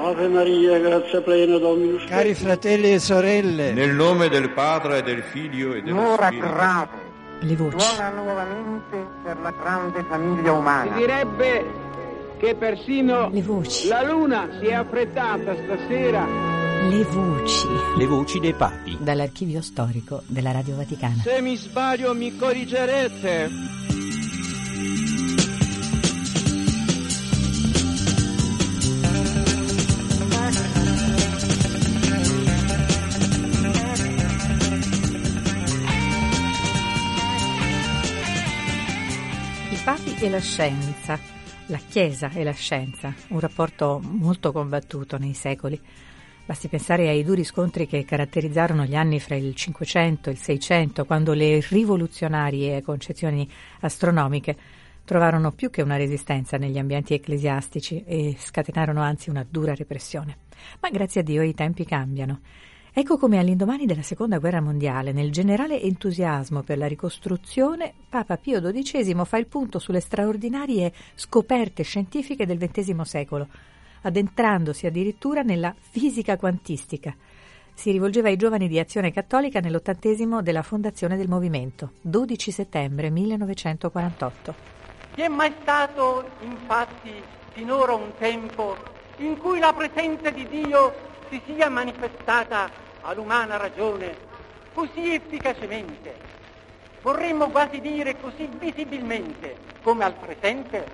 Ave Maria, grazia plena, Dominus tecum. Cari fratelli e sorelle, nel nome del Padre e del Figlio e dello L'ora Spirito. grave Le voci. suona nuovamente per la grande famiglia umana. Si direbbe che persino Le voci. la luna si è affrettata stasera. Le voci. Le voci dei papi. Dall'archivio storico della Radio Vaticana. Se mi sbaglio mi corrigerete. I papi e la scienza, la Chiesa e la scienza, un rapporto molto combattuto nei secoli. Basti pensare ai duri scontri che caratterizzarono gli anni fra il Cinquecento e il Seicento, quando le rivoluzionarie concezioni astronomiche trovarono più che una resistenza negli ambienti ecclesiastici e scatenarono anzi una dura repressione. Ma grazie a Dio i tempi cambiano. Ecco come all'indomani della Seconda Guerra Mondiale, nel generale entusiasmo per la ricostruzione, Papa Pio XII fa il punto sulle straordinarie scoperte scientifiche del XX secolo, addentrandosi addirittura nella fisica quantistica. Si rivolgeva ai giovani di Azione Cattolica nell'80° della fondazione del movimento, 12 settembre 1948. Vi è mai stato, infatti, finora un tempo in cui la presenza di Dio si sia manifestata all'umana ragione così efficacemente, vorremmo quasi dire così visibilmente, come al presente?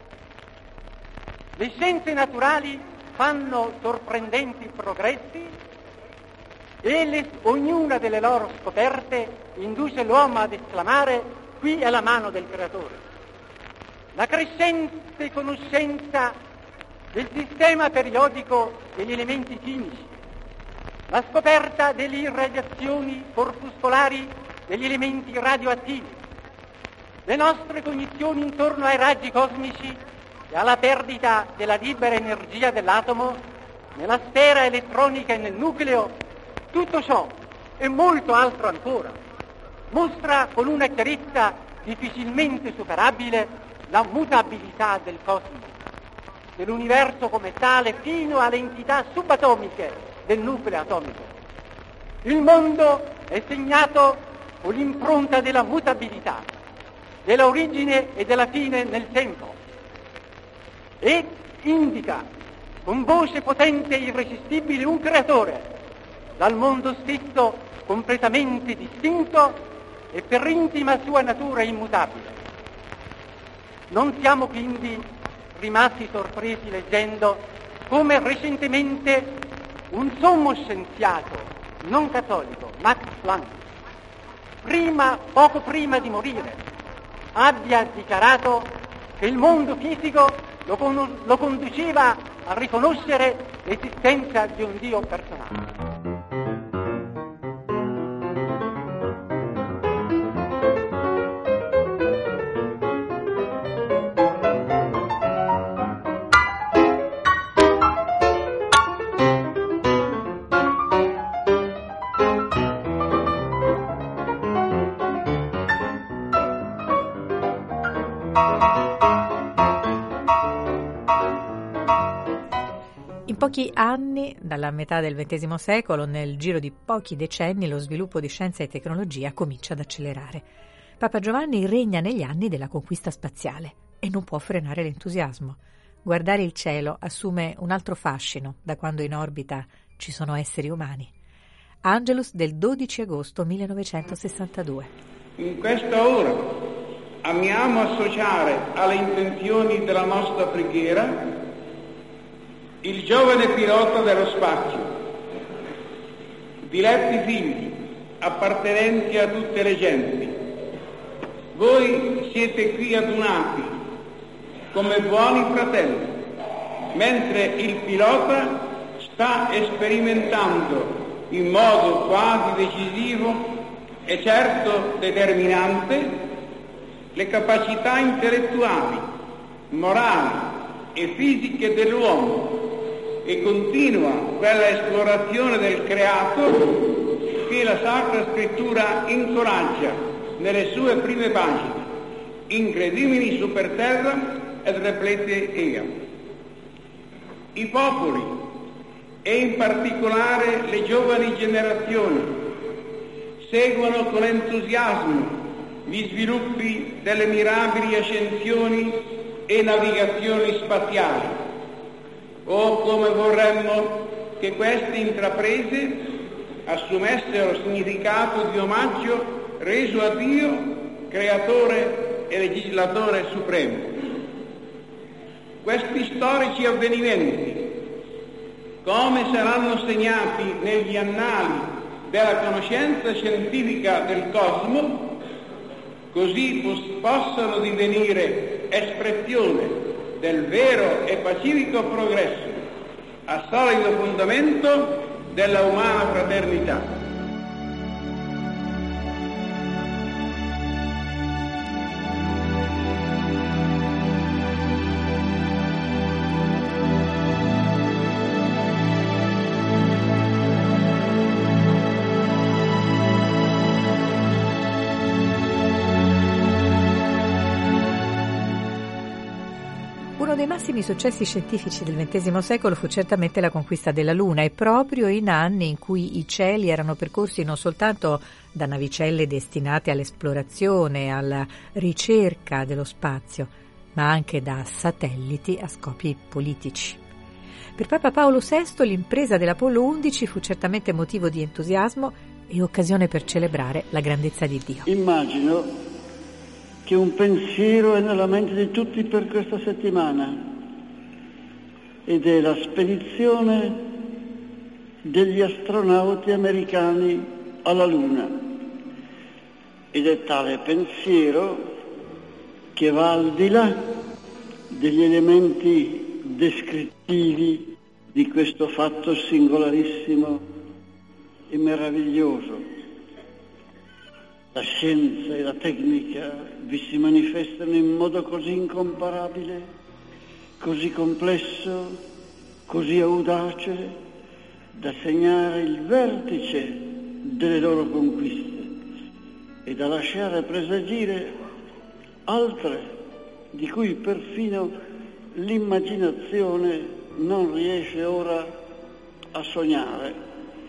Le scienze naturali fanno sorprendenti progressi e ognuna delle loro scoperte induce l'uomo ad esclamare: qui è la mano del Creatore. La crescente conoscenza del sistema periodico degli elementi chimici, la scoperta delle irradiazioni corpuscolari degli elementi radioattivi, le nostre cognizioni intorno ai raggi cosmici e alla perdita della libera energia dell'atomo nella sfera elettronica e nel nucleo, tutto ciò e molto altro ancora mostra con una chiarezza difficilmente superabile la mutabilità del cosmo, dell'universo come tale, fino alle entità subatomiche del nucleo atomico. Il mondo è segnato con l'impronta della mutabilità, della origine e della fine nel tempo, e indica con voce potente e irresistibile un creatore, dal mondo stesso completamente distinto e per intima sua natura immutabile. Non siamo quindi rimasti sorpresi leggendo come recentemente un sommo scienziato non cattolico, Max Planck, poco prima di morire, abbia dichiarato che il mondo fisico lo conduceva a riconoscere l'esistenza di un Dio personale. In pochi anni, dalla metà del XX secolo, nel giro di pochi decenni, lo sviluppo di scienza e tecnologia comincia ad accelerare. Papa Giovanni regna negli anni della conquista spaziale e non può frenare l'entusiasmo. Guardare il cielo assume un altro fascino da quando in orbita ci sono esseri umani. Angelus del 12 agosto 1962. In questa ora amiamo associare alle intenzioni della nostra preghiera il giovane pilota dello spazio, diletti figli, appartenenti a tutte le genti. Voi siete qui adunati come buoni fratelli, mentre il pilota sta sperimentando in modo quasi decisivo e certo determinante le capacità intellettuali, morali e fisiche dell'uomo, e continua quella esplorazione del creato che la Sacra Scrittura incoraggia nelle sue prime pagine, incredibili super terra ed replete ea. I popoli e in particolare le giovani generazioni seguono con entusiasmo gli sviluppi delle mirabili ascensioni e navigazioni spaziali, o come vorremmo che queste intraprese assumessero significato di omaggio reso a Dio, creatore e legislatore supremo. Questi storici avvenimenti, come saranno segnati negli annali della conoscenza scientifica del cosmo, così possono divenire espressione del vero e pacifico progresso a solido fondamento della umana fraternità. Uno dei massimi successi scientifici del XX secolo fu certamente la conquista della Luna, e proprio in anni in cui i cieli erano percorsi non soltanto da navicelle destinate all'esplorazione, alla ricerca dello spazio, ma anche da satelliti a scopi politici. Per Papa Paolo VI l'impresa dell'Apollo 11 fu certamente motivo di entusiasmo e occasione per celebrare la grandezza di Dio. Immagino che un pensiero è nella mente di tutti per questa settimana, ed è la spedizione degli astronauti americani alla Luna. Ed è tale pensiero che va al di là degli elementi descrittivi di questo fatto singolarissimo e meraviglioso. La scienza e la tecnica vi si manifestano in modo così incomparabile, così complesso, così audace, da segnare il vertice delle loro conquiste e da lasciare presagire altre di cui perfino l'immaginazione non riesce ora a sognare.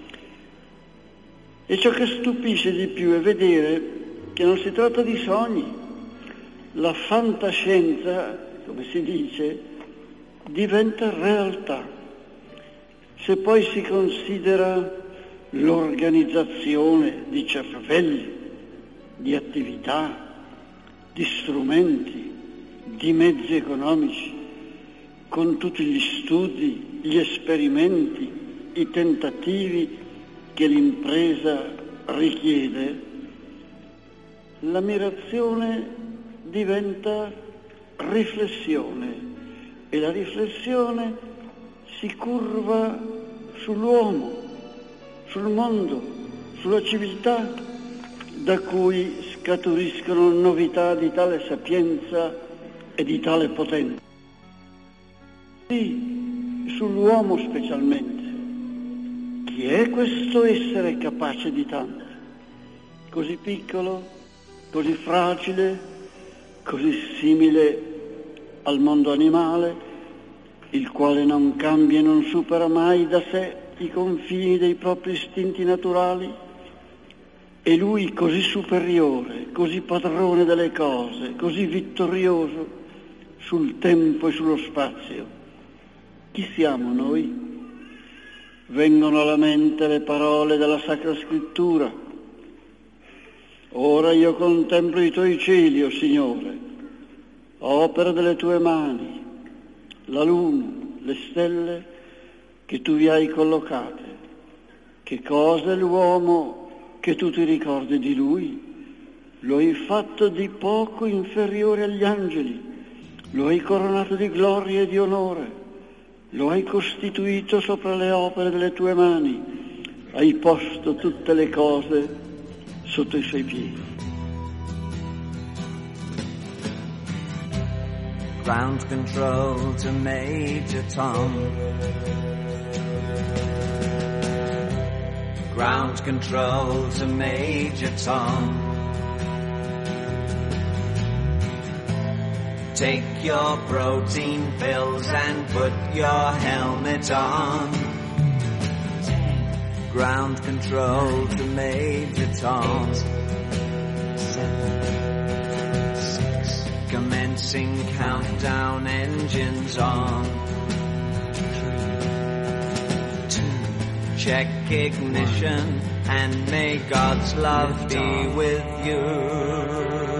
E ciò che stupisce di più è vedere che non si tratta di sogni. La fantascienza, come si dice, diventa realtà. Se poi si considera l'organizzazione di cervelli, di attività, di strumenti, di mezzi economici, con tutti gli studi, gli esperimenti, i tentativi che l'impresa richiede, l'ammirazione diventa riflessione e la riflessione si curva sull'uomo, sul mondo, sulla civiltà, da cui scaturiscono novità di tale sapienza e di tale potenza. Sì, sull'uomo specialmente. Chi è questo essere capace di tanto? Così piccolo, così fragile, così simile al mondo animale, il quale non cambia e non supera mai da sé i confini dei propri istinti naturali, e lui così superiore, così padrone delle cose, così vittorioso sul tempo e sullo spazio. Chi siamo noi? Vengono alla mente le parole della Sacra Scrittura. Ora io contemplo i tuoi cieli, o Signore, opera delle tue mani, la luna, le stelle che tu vi hai collocate. Che cosa è l'uomo che tu ti ricordi di lui? Lo hai fatto di poco inferiore agli angeli, lo hai coronato di gloria e di onore. Lo hai costituito sopra le opere delle tue mani, hai posto tutte le cose sotto i suoi piedi. Ground control to Major Tom. Ground control to Major Tom. Take your protein pills and put your helmet on. ground control to Major Tom. 7, 6, commencing countdown, engines on. 3, 2, check ignition, and may God's love be with you.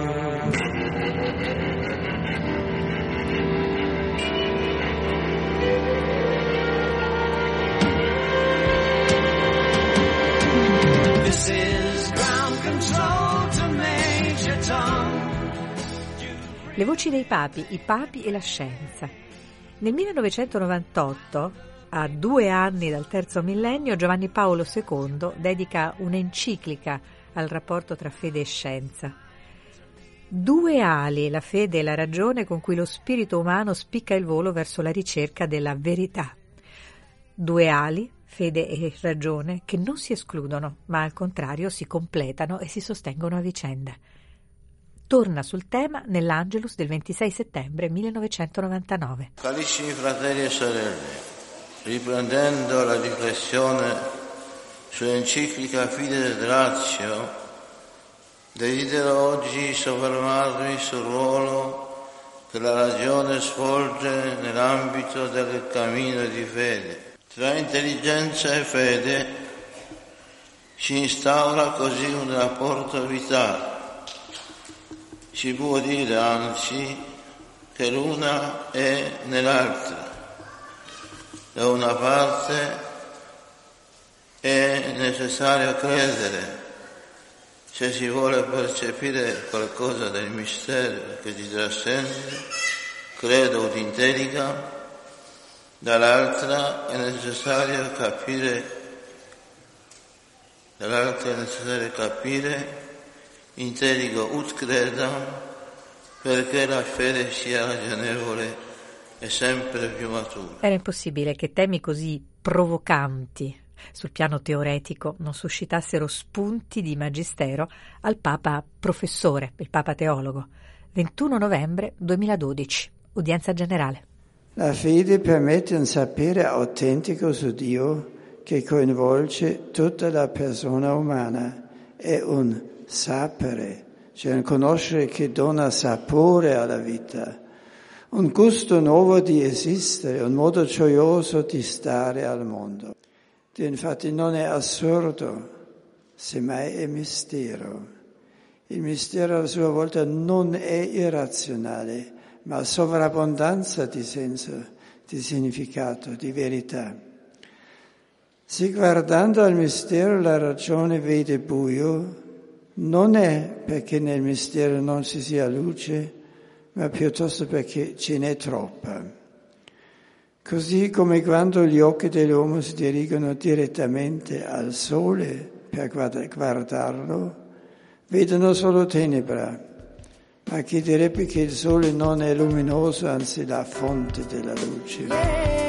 This is ground control to Major Tom. Le voci dei papi, i papi e la scienza. Nel 1998, a 2 anni dal terzo millennio, Giovanni Paolo II dedica un'enciclica al rapporto tra fede e scienza. 2 ali, la fede e la ragione, con cui lo spirito umano spicca il volo verso la ricerca della verità. 2 ali, fede e ragione, che non si escludono, ma al contrario si completano e si sostengono a vicenda. Torna sul tema nell'Angelus del 26 settembre 1999. Carissimi fratelli e sorelle, riprendendo la riflessione sull'enciclica Fides Ratio, desidero oggi soffermarmi sul ruolo che la ragione svolge nell'ambito del cammino di fede. Tra intelligenza e fede si instaura così un rapporto vitale. Si può dire anzi che l'una è nell'altra. Da una parte è necessario credere se si vuole percepire qualcosa del mistero che ti trascende, credo ut intelliga. Dall'altra è necessario capire, intelligo ut credam, perché la fede sia ragionevole e sempre più matura. Era impossibile che temi così provocanti sul piano teoretico non suscitassero spunti di magistero al Papa professore, il Papa teologo. 21 novembre 2012, udienza generale. La fede permette un sapere autentico su Dio che coinvolge tutta la persona umana. È un sapere, cioè un conoscere che dona sapore alla vita, un gusto nuovo di esistere, un modo gioioso di stare al mondo. Infatti non è assurdo, semmai è mistero. Il mistero a sua volta non è irrazionale, ma sovrabbondanza di senso, di significato, di verità. Se guardando al mistero la ragione vede buio, non è perché nel mistero non ci sia luce, ma piuttosto perché ce n'è troppa. Così come quando gli occhi dell'uomo si dirigono direttamente al sole per guardarlo, vedono solo tenebra. Ma chi direbbe che il sole non è luminoso, anzi la fonte della luce.